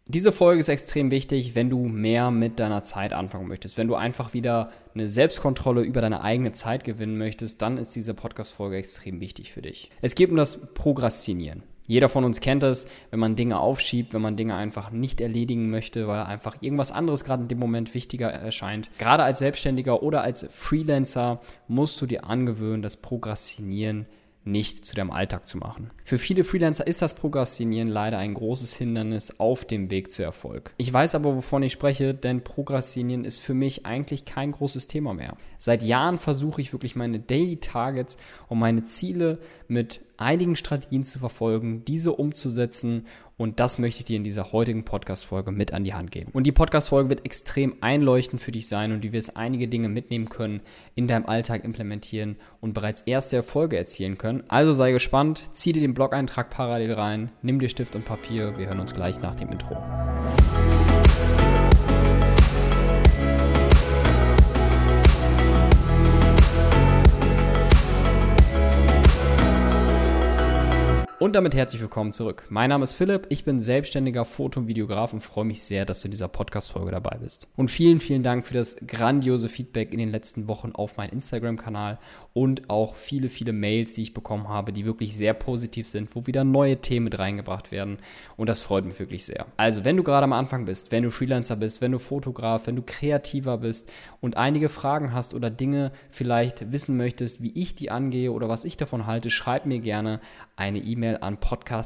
Diese Folge ist extrem wichtig, wenn du mehr mit deiner Zeit anfangen möchtest. Wenn du einfach wieder eine Selbstkontrolle über deine eigene Zeit gewinnen möchtest, dann ist diese Podcast-Folge extrem wichtig für dich. Es geht um das Prokrastinieren. Jeder von uns kennt es, wenn man Dinge aufschiebt, wenn man Dinge einfach nicht erledigen möchte, weil einfach irgendwas anderes gerade in dem Moment wichtiger erscheint. Gerade als Selbstständiger oder als Freelancer musst du dir angewöhnen, das Prokrastinieren nicht zu deinem Alltag zu machen. Für viele Freelancer ist das Prokrastinieren leider ein großes Hindernis auf dem Weg zu Erfolg. Ich weiß aber, wovon ich spreche, denn Prokrastinieren ist für mich eigentlich kein großes Thema mehr. Seit Jahren versuche ich wirklich meine Daily Targets und meine Ziele mit einigen Strategien zu verfolgen, diese umzusetzen, und das möchte ich dir in dieser heutigen Podcast-Folge mit an die Hand geben. Und die Podcast-Folge wird extrem einleuchtend für dich sein und du wirst einige Dinge mitnehmen können, in deinem Alltag implementieren und bereits erste Erfolge erzielen können. Also sei gespannt, zieh dir den Blog-Eintrag parallel rein, nimm dir Stift und Papier, wir hören uns gleich nach dem Intro. Und damit herzlich willkommen zurück. Mein Name ist Philipp, ich bin selbstständiger Foto- und Videograf und freue mich sehr, dass du in dieser Podcast-Folge dabei bist. Und vielen, vielen Dank für das grandiose Feedback in den letzten Wochen auf meinem Instagram-Kanal und auch viele, viele Mails, die ich bekommen habe, die wirklich sehr positiv sind, wo wieder neue Themen mit reingebracht werden, und das freut mich wirklich sehr. Also, wenn du gerade am Anfang bist, wenn du Freelancer bist, wenn du Fotograf, wenn du Kreativer bist und einige Fragen hast oder Dinge vielleicht wissen möchtest, wie ich die angehe oder was ich davon halte, schreib mir gerne eine E-Mail an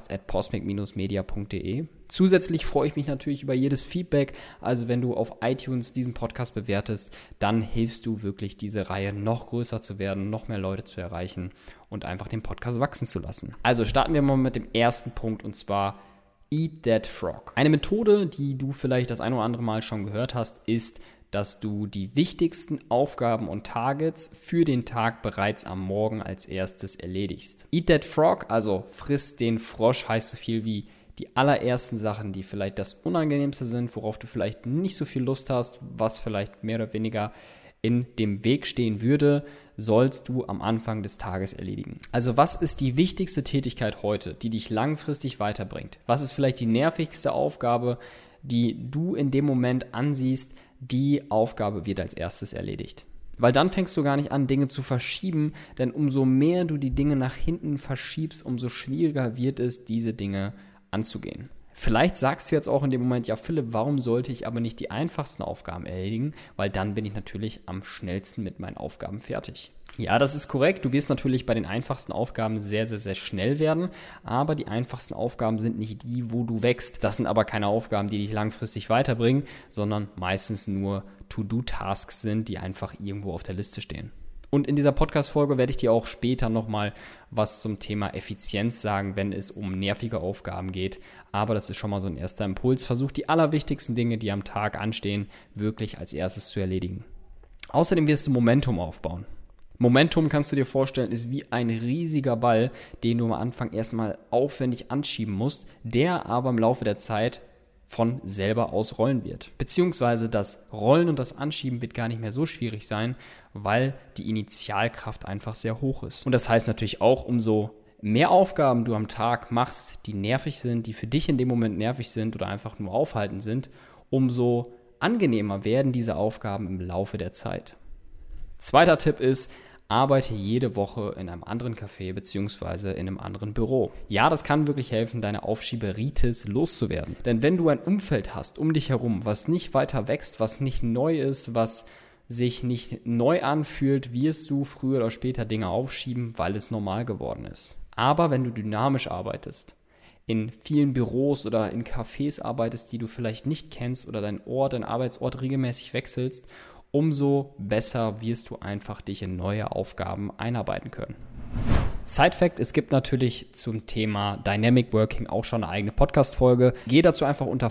podcast@posmic-media.de. Zusätzlich freue ich mich natürlich über jedes Feedback. Also wenn du auf iTunes diesen Podcast bewertest, dann hilfst du wirklich, diese Reihe noch größer zu werden, noch mehr Leute zu erreichen und einfach den Podcast wachsen zu lassen. Also starten wir mal mit dem ersten Punkt, und zwar Eat That Frog. Eine Methode, die du vielleicht das ein oder andere Mal schon gehört hast, ist, dass du die wichtigsten Aufgaben und Targets für den Tag bereits am Morgen als erstes erledigst. Eat that frog, also friss den Frosch, heißt so viel wie die allerersten Sachen, die vielleicht das Unangenehmste sind, worauf du vielleicht nicht so viel Lust hast, was vielleicht mehr oder weniger in dem Weg stehen würde, sollst du am Anfang des Tages erledigen. Also was ist die wichtigste Tätigkeit heute, die dich langfristig weiterbringt? Was ist vielleicht die nervigste Aufgabe, die du in dem Moment ansiehst? Die Aufgabe wird als erstes erledigt. Weil dann fängst du gar nicht an, Dinge zu verschieben, denn umso mehr du die Dinge nach hinten verschiebst, umso schwieriger wird es, diese Dinge anzugehen. Vielleicht sagst du jetzt auch in dem Moment, ja Philipp, warum sollte ich aber nicht die einfachsten Aufgaben erledigen? Weil dann bin ich natürlich am schnellsten mit meinen Aufgaben fertig. Ja, das ist korrekt. Du wirst natürlich bei den einfachsten Aufgaben sehr, sehr, sehr schnell werden, aber die einfachsten Aufgaben sind nicht die, wo du wächst. Das sind aber keine Aufgaben, die dich langfristig weiterbringen, sondern meistens nur To-Do-Tasks sind, die einfach irgendwo auf der Liste stehen. Und in dieser Podcast-Folge werde ich dir auch später nochmal was zum Thema Effizienz sagen, wenn es um nervige Aufgaben geht. Aber das ist schon mal so ein erster Impuls. Versuch die allerwichtigsten Dinge, die am Tag anstehen, wirklich als erstes zu erledigen. Außerdem wirst du Momentum aufbauen. Momentum, kannst du dir vorstellen, ist wie ein riesiger Ball, den du am Anfang erstmal aufwendig anschieben musst, der aber im Laufe der Zeit von selber aus rollen wird. Beziehungsweise das Rollen und das Anschieben wird gar nicht mehr so schwierig sein, weil die Initialkraft einfach sehr hoch ist. Und das heißt natürlich auch, umso mehr Aufgaben du am Tag machst, die nervig sind, die für dich in dem Moment nervig sind oder einfach nur aufhaltend sind, umso angenehmer werden diese Aufgaben im Laufe der Zeit. Zweiter Tipp ist, arbeite jede Woche in einem anderen Café bzw. in einem anderen Büro. Ja, das kann wirklich helfen, deine Aufschieberitis loszuwerden. Denn wenn du ein Umfeld hast um dich herum, was nicht weiter wächst, was nicht neu ist, was sich nicht neu anfühlt, wirst du früher oder später Dinge aufschieben, weil es normal geworden ist. Aber wenn du dynamisch arbeitest, in vielen Büros oder in Cafés arbeitest, die du vielleicht nicht kennst oder deinen Arbeitsort regelmäßig wechselst, umso besser wirst du einfach dich in neue Aufgaben einarbeiten können. Side-Fact, es gibt natürlich zum Thema Dynamic Working auch schon eine eigene Podcast-Folge. Geh dazu einfach unter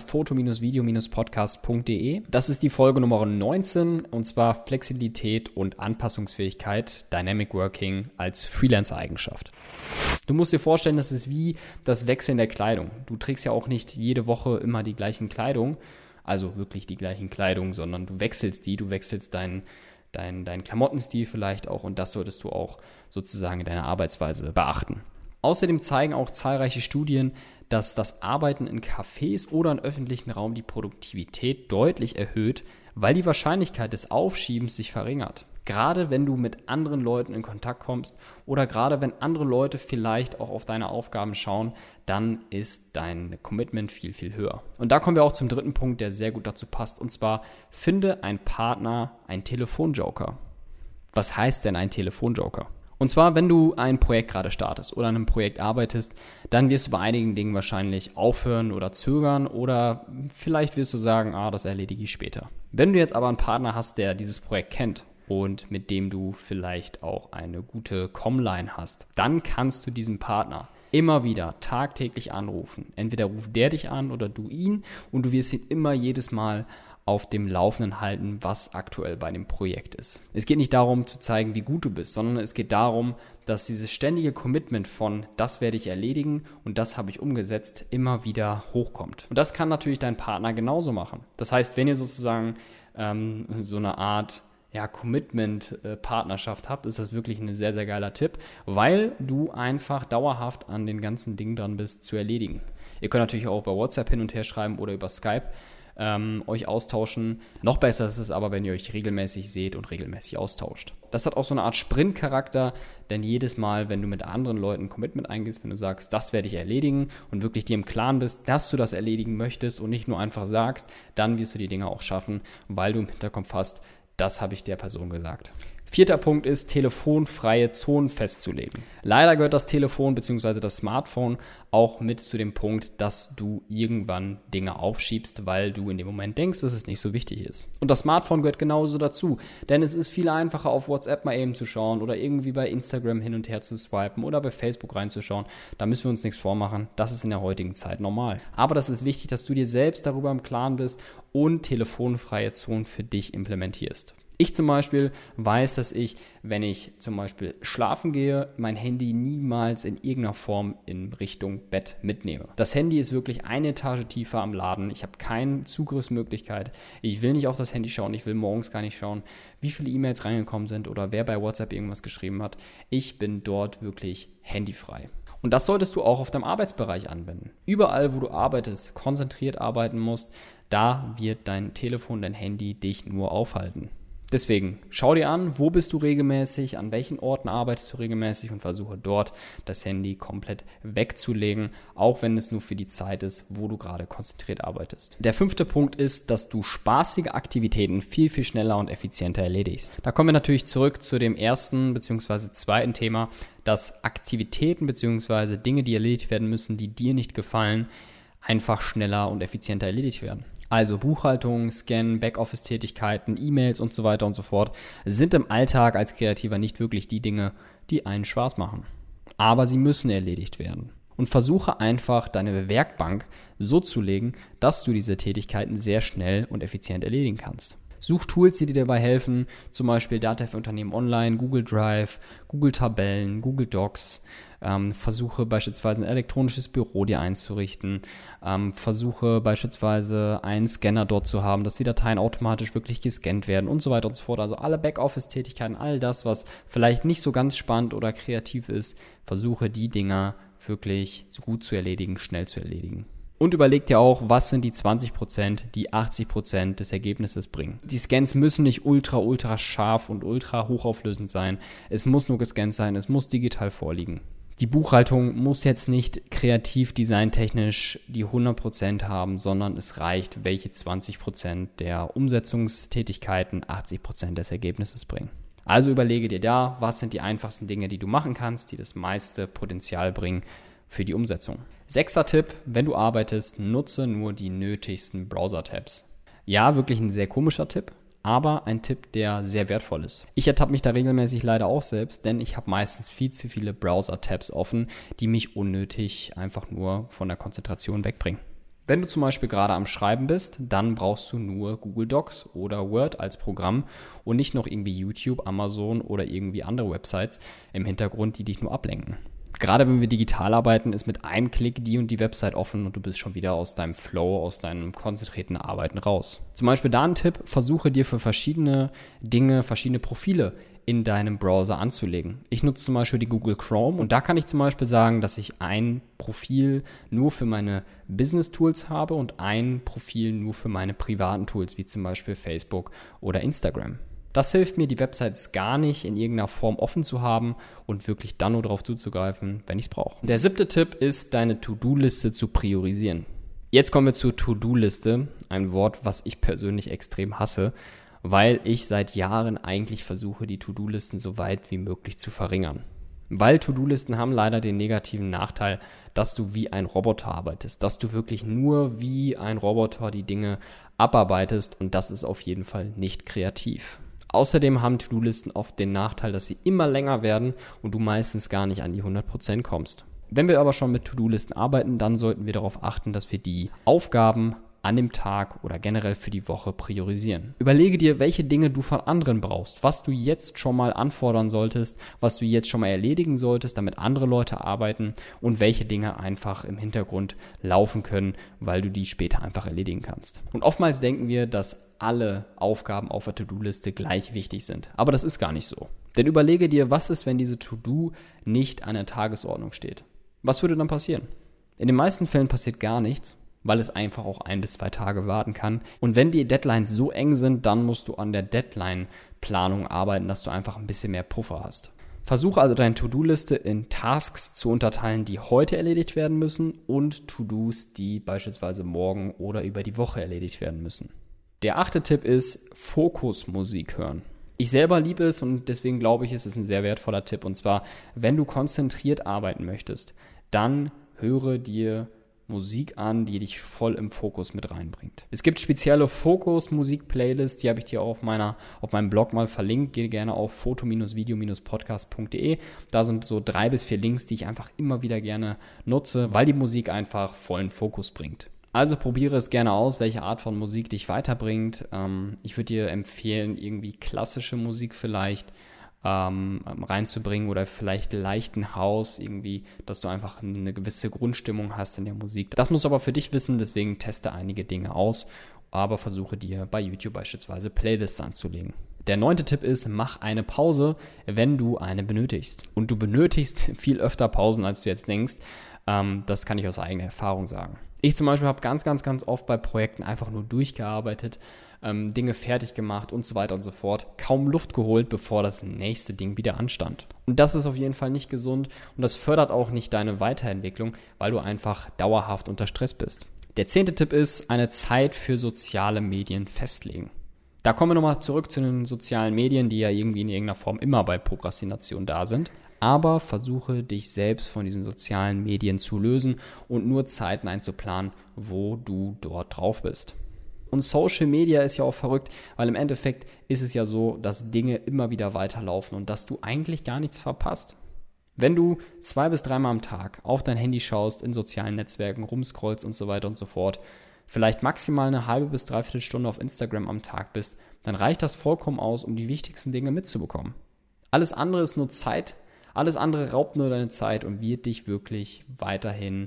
foto-video-podcast.de. Das ist die Folge Nummer 19, und zwar Flexibilität und Anpassungsfähigkeit, Dynamic Working als Freelancer-Eigenschaft. Du musst dir vorstellen, das ist wie das Wechseln der Kleidung. Du trägst ja auch nicht jede Woche immer die gleichen Kleidung, also wirklich die gleichen Kleidung, sondern du wechselst deinen Klamottenstil vielleicht auch, und das solltest du auch sozusagen in deiner Arbeitsweise beachten. Außerdem zeigen auch zahlreiche Studien, dass das Arbeiten in Cafés oder im öffentlichen Raum die Produktivität deutlich erhöht, weil die Wahrscheinlichkeit des Aufschiebens sich verringert. Gerade wenn du mit anderen Leuten in Kontakt kommst oder gerade wenn andere Leute vielleicht auch auf deine Aufgaben schauen, dann ist dein Commitment viel, viel höher. Und da kommen wir auch zum dritten Punkt, der sehr gut dazu passt. Und zwar, finde einen Partner, einen Telefonjoker. Was heißt denn ein Telefonjoker? Und zwar, wenn du ein Projekt gerade startest oder an einem Projekt arbeitest, dann wirst du bei einigen Dingen wahrscheinlich aufhören oder zögern oder vielleicht wirst du sagen, das erledige ich später. Wenn du jetzt aber einen Partner hast, der dieses Projekt kennt und mit dem du vielleicht auch eine gute Comline hast, dann kannst du diesen Partner immer wieder tagtäglich anrufen. Entweder ruft der dich an oder du ihn und du wirst ihn immer jedes Mal auf dem Laufenden halten, was aktuell bei dem Projekt ist. Es geht nicht darum zu zeigen, wie gut du bist, sondern es geht darum, dass dieses ständige Commitment von das werde ich erledigen und das habe ich umgesetzt, immer wieder hochkommt. Und das kann natürlich dein Partner genauso machen. Das heißt, wenn ihr sozusagen so eine Art Commitment-Partnerschaft habt, ist das wirklich ein sehr, sehr geiler Tipp, weil du einfach dauerhaft an den ganzen Dingen dran bist, zu erledigen. Ihr könnt natürlich auch bei WhatsApp hin und her schreiben oder über Skype euch austauschen. Noch besser ist es aber, wenn ihr euch regelmäßig seht und regelmäßig austauscht. Das hat auch so eine Art Sprint-Charakter, denn jedes Mal, wenn du mit anderen Leuten ein Commitment eingehst, wenn du sagst, das werde ich erledigen und wirklich dir im Klaren bist, dass du das erledigen möchtest und nicht nur einfach sagst, dann wirst du die Dinge auch schaffen, weil du im Hinterkopf hast, das habe ich der Person gesagt. Vierter Punkt ist, telefonfreie Zonen festzulegen. Leider gehört das Telefon bzw. das Smartphone auch mit zu dem Punkt, dass du irgendwann Dinge aufschiebst, weil du in dem Moment denkst, dass es nicht so wichtig ist. Und das Smartphone gehört genauso dazu, denn es ist viel einfacher, auf WhatsApp mal eben zu schauen oder irgendwie bei Instagram hin und her zu swipen oder bei Facebook reinzuschauen. Da müssen wir uns nichts vormachen, das ist in der heutigen Zeit normal. Aber das ist wichtig, dass du dir selbst darüber im Klaren bist und telefonfreie Zonen für dich implementierst. Ich zum Beispiel weiß, dass ich, wenn ich zum Beispiel schlafen gehe, mein Handy niemals in irgendeiner Form in Richtung Bett mitnehme. Das Handy ist wirklich eine Etage tiefer am Laden. Ich habe keine Zugriffsmöglichkeit. Ich will nicht auf das Handy schauen. Ich will morgens gar nicht schauen, wie viele E-Mails reingekommen sind oder wer bei WhatsApp irgendwas geschrieben hat. Ich bin dort wirklich handyfrei. Und das solltest du auch auf deinem Arbeitsbereich anwenden. Überall, wo du arbeitest, konzentriert arbeiten musst, da wird dein Telefon, dein Handy dich nur aufhalten. Deswegen, schau dir an, wo bist du regelmäßig, an welchen Orten arbeitest du regelmäßig und versuche dort das Handy komplett wegzulegen, auch wenn es nur für die Zeit ist, wo du gerade konzentriert arbeitest. Der 5. Punkt ist, dass du spaßige Aktivitäten viel, viel schneller und effizienter erledigst. Da kommen wir natürlich zurück zu dem ersten bzw. zweiten Thema, dass Aktivitäten bzw. Dinge, die erledigt werden müssen, die dir nicht gefallen, einfach schneller und effizienter erledigt werden. Also Buchhaltung, Scan, Backoffice-Tätigkeiten, E-Mails und so weiter und so fort sind im Alltag als Kreativer nicht wirklich die Dinge, die einen Spaß machen. Aber sie müssen erledigt werden. Und versuche einfach, deine Werkbank so zu legen, dass du diese Tätigkeiten sehr schnell und effizient erledigen kannst. Such Tools, die dir dabei helfen, zum Beispiel Data für Unternehmen Online, Google Drive, Google Tabellen, Google Docs. Versuche beispielsweise ein elektronisches Büro dir einzurichten. Versuche beispielsweise einen Scanner dort zu haben, dass die Dateien automatisch wirklich gescannt werden und so weiter und so fort. Also alle Backoffice-Tätigkeiten, all das, was vielleicht nicht so ganz spannend oder kreativ ist, versuche die Dinger wirklich so gut zu erledigen, schnell zu erledigen. Und überleg dir auch, was sind die 20%, die 80% des Ergebnisses bringen. Die Scans müssen nicht ultra scharf und ultra hochauflösend sein. Es muss nur gescannt sein, es muss digital vorliegen. Die Buchhaltung muss jetzt nicht kreativ designtechnisch die 100% haben, sondern es reicht, welche 20% der Umsetzungstätigkeiten 80% des Ergebnisses bringen. Also überlege dir da, was sind die einfachsten Dinge, die du machen kannst, die das meiste Potenzial bringen für die Umsetzung. 6. Tipp, wenn du arbeitest, nutze nur die nötigsten Browser-Tabs. Ja, wirklich ein sehr komischer Tipp, aber ein Tipp, der sehr wertvoll ist. Ich ertappe mich da regelmäßig leider auch selbst, denn ich habe meistens viel zu viele Browser-Tabs offen, die mich unnötig einfach nur von der Konzentration wegbringen. Wenn du zum Beispiel gerade am Schreiben bist, dann brauchst du nur Google Docs oder Word als Programm und nicht noch irgendwie YouTube, Amazon oder irgendwie andere Websites im Hintergrund, die dich nur ablenken. Gerade wenn wir digital arbeiten, ist mit einem Klick die und die Website offen und du bist schon wieder aus deinem Flow, aus deinem konzentrierten Arbeiten raus. Zum Beispiel da ein Tipp, versuche dir für verschiedene Dinge, verschiedene Profile in deinem Browser anzulegen. Ich nutze zum Beispiel die Google Chrome und da kann ich zum Beispiel sagen, dass ich ein Profil nur für meine Business-Tools habe und ein Profil nur für meine privaten Tools, wie zum Beispiel Facebook oder Instagram. Das hilft mir, die Websites gar nicht in irgendeiner Form offen zu haben und wirklich dann nur darauf zuzugreifen, wenn ich es brauche. Der 7. Tipp ist, deine To-Do-Liste zu priorisieren. Jetzt kommen wir zur To-Do-Liste, ein Wort, was ich persönlich extrem hasse, weil ich seit Jahren eigentlich versuche, die To-Do-Listen so weit wie möglich zu verringern. Weil To-Do-Listen haben leider den negativen Nachteil, dass du wie ein Roboter arbeitest, dass du wirklich nur wie ein Roboter die Dinge abarbeitest und das ist auf jeden Fall nicht kreativ. Außerdem haben To-Do-Listen oft den Nachteil, dass sie immer länger werden und du meistens gar nicht an die 100% kommst. Wenn wir aber schon mit To-Do-Listen arbeiten, dann sollten wir darauf achten, dass wir die Aufgaben an dem Tag oder generell für die Woche priorisieren. Überlege dir, welche Dinge du von anderen brauchst, was du jetzt schon mal anfordern solltest, was du jetzt schon mal erledigen solltest, damit andere Leute arbeiten und welche Dinge einfach im Hintergrund laufen können, weil du die später einfach erledigen kannst. Und oftmals denken wir, dass alle Aufgaben auf der To-Do-Liste gleich wichtig sind. Aber das ist gar nicht so. Denn überlege dir, was ist, wenn diese To-Do nicht an der Tagesordnung steht? Was würde dann passieren? In den meisten Fällen passiert gar nichts, weil es einfach auch 1 bis 2 Tage warten kann. Und wenn die Deadlines so eng sind, dann musst du an der Deadline-Planung arbeiten, dass du einfach ein bisschen mehr Puffer hast. Versuche also deine To-Do-Liste in Tasks zu unterteilen, die heute erledigt werden müssen und To-Dos, die beispielsweise morgen oder über die Woche erledigt werden müssen. Der 8. Tipp ist Fokusmusik hören. Ich selber liebe es und deswegen glaube ich, es ist ein sehr wertvoller Tipp. Und zwar, wenn du konzentriert arbeiten möchtest, dann höre dir Musik an, die dich voll im Fokus mit reinbringt. Es gibt spezielle Fokus-Musik-Playlists, die habe ich dir auch auf meinem Blog mal verlinkt. Geh gerne auf foto-video-podcast.de. Da sind so 3 bis 4 Links, die ich einfach immer wieder gerne nutze, weil die Musik einfach vollen Fokus bringt. Also probiere es gerne aus, welche Art von Musik dich weiterbringt. Ich würde dir empfehlen, irgendwie klassische Musik vielleicht reinzubringen oder vielleicht leichten House irgendwie, dass du einfach eine gewisse Grundstimmung hast in der Musik. Das musst du aber für dich wissen, deswegen teste einige Dinge aus, aber versuche dir bei YouTube beispielsweise Playlists anzulegen. Der 9. Tipp ist, mach eine Pause, wenn du eine benötigst. Und du benötigst viel öfter Pausen, als du jetzt denkst. Das kann ich aus eigener Erfahrung sagen. Ich zum Beispiel habe ganz oft bei Projekten einfach nur durchgearbeitet, Dinge fertig gemacht und so weiter und so fort. Kaum Luft geholt, bevor das nächste Ding wieder anstand. Und das ist auf jeden Fall nicht gesund und das fördert auch nicht deine Weiterentwicklung, weil du einfach dauerhaft unter Stress bist. Der 10. Tipp ist, eine Zeit für soziale Medien festlegen. Da kommen wir nochmal zurück zu den sozialen Medien, die ja irgendwie in irgendeiner Form immer bei Prokrastination da sind. Aber versuche dich selbst von diesen sozialen Medien zu lösen und nur Zeiten einzuplanen, wo du dort drauf bist. Und Social Media ist ja auch verrückt, weil im Endeffekt ist es ja so, dass Dinge immer wieder weiterlaufen und dass du eigentlich gar nichts verpasst. Wenn du 2 bis 3 Mal am Tag auf dein Handy schaust, in sozialen Netzwerken rumscrollst und so weiter und so fort, vielleicht maximal eine halbe bis dreiviertel Stunde auf Instagram am Tag bist, dann reicht das vollkommen aus, um die wichtigsten Dinge mitzubekommen. Alles andere ist nur Zeit. Alles andere raubt nur deine Zeit und wird dich wirklich weiterhin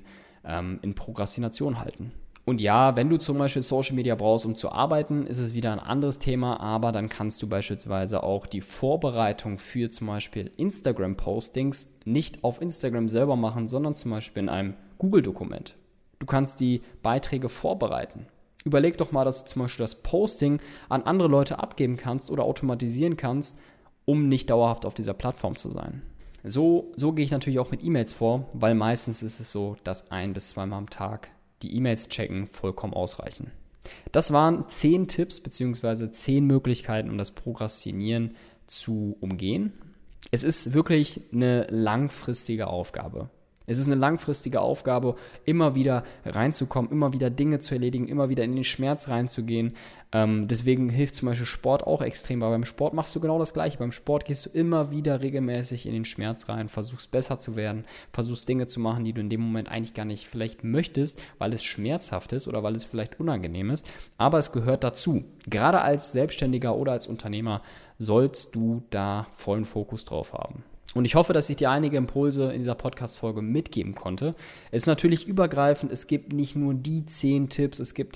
in Prokrastination halten. Und ja, wenn du zum Beispiel Social Media brauchst, um zu arbeiten, ist es wieder ein anderes Thema, aber dann kannst du beispielsweise auch die Vorbereitung für zum Beispiel Instagram-Postings nicht auf Instagram selber machen, sondern zum Beispiel in einem Google-Dokument. Du kannst die Beiträge vorbereiten. Überleg doch mal, dass du zum Beispiel das Posting an andere Leute abgeben kannst oder automatisieren kannst, um nicht dauerhaft auf dieser Plattform zu sein. So gehe ich natürlich auch mit E-Mails vor, weil meistens ist es so, dass 1 bis 2 Mal am Tag die E-Mails checken vollkommen ausreichen. Das waren 10 Tipps bzw. 10 Möglichkeiten, um das Prokrastinieren zu umgehen. Es ist wirklich eine langfristige Aufgabe. Es ist eine langfristige Aufgabe, immer wieder reinzukommen, immer wieder Dinge zu erledigen, immer wieder in den Schmerz reinzugehen. Deswegen hilft zum Beispiel Sport auch extrem, weil beim Sport machst du genau das Gleiche. Beim Sport gehst du immer wieder regelmäßig in den Schmerz rein, versuchst besser zu werden, versuchst Dinge zu machen, die du in dem Moment eigentlich gar nicht vielleicht möchtest, weil es schmerzhaft ist oder weil es vielleicht unangenehm ist. Aber es gehört dazu. Gerade als Selbstständiger oder als Unternehmer sollst du da vollen Fokus drauf haben. Und ich hoffe, dass ich dir einige Impulse in dieser Podcast-Folge mitgeben konnte. Es ist natürlich übergreifend, es gibt nicht nur die 10 Tipps, es gibt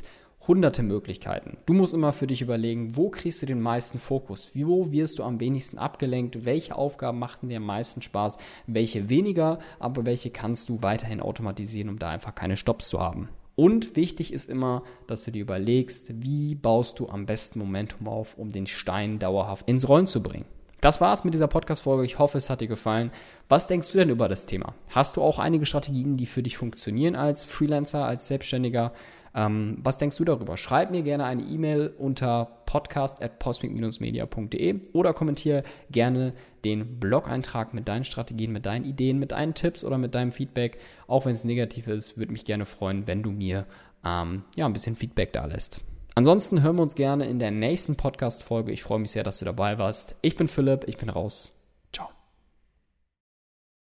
hunderte Möglichkeiten. Du musst immer für dich überlegen, wo kriegst du den meisten Fokus? Wo wirst du am wenigsten abgelenkt? Welche Aufgaben machen dir am meisten Spaß? Welche weniger? Aber welche kannst du weiterhin automatisieren, um da einfach keine Stopps zu haben? Und wichtig ist immer, dass du dir überlegst, wie baust du am besten Momentum auf, um den Stein dauerhaft ins Rollen zu bringen. Das war's mit dieser Podcast-Folge. Ich hoffe, es hat dir gefallen. Was denkst du denn über das Thema? Hast du auch einige Strategien, die für dich funktionieren als Freelancer, als Selbstständiger? Was denkst du darüber? Schreib mir gerne eine E-Mail unter podcast@posmic-media.de oder kommentiere gerne den Blog-Eintrag mit deinen Strategien, mit deinen Ideen, mit deinen Tipps oder mit deinem Feedback. Auch wenn es negativ ist, würde mich gerne freuen, wenn du mir ein bisschen Feedback da lässt. Ansonsten hören wir uns gerne in der nächsten Podcast-Folge. Ich freue mich sehr, dass du dabei warst. Ich bin Philipp, ich bin raus.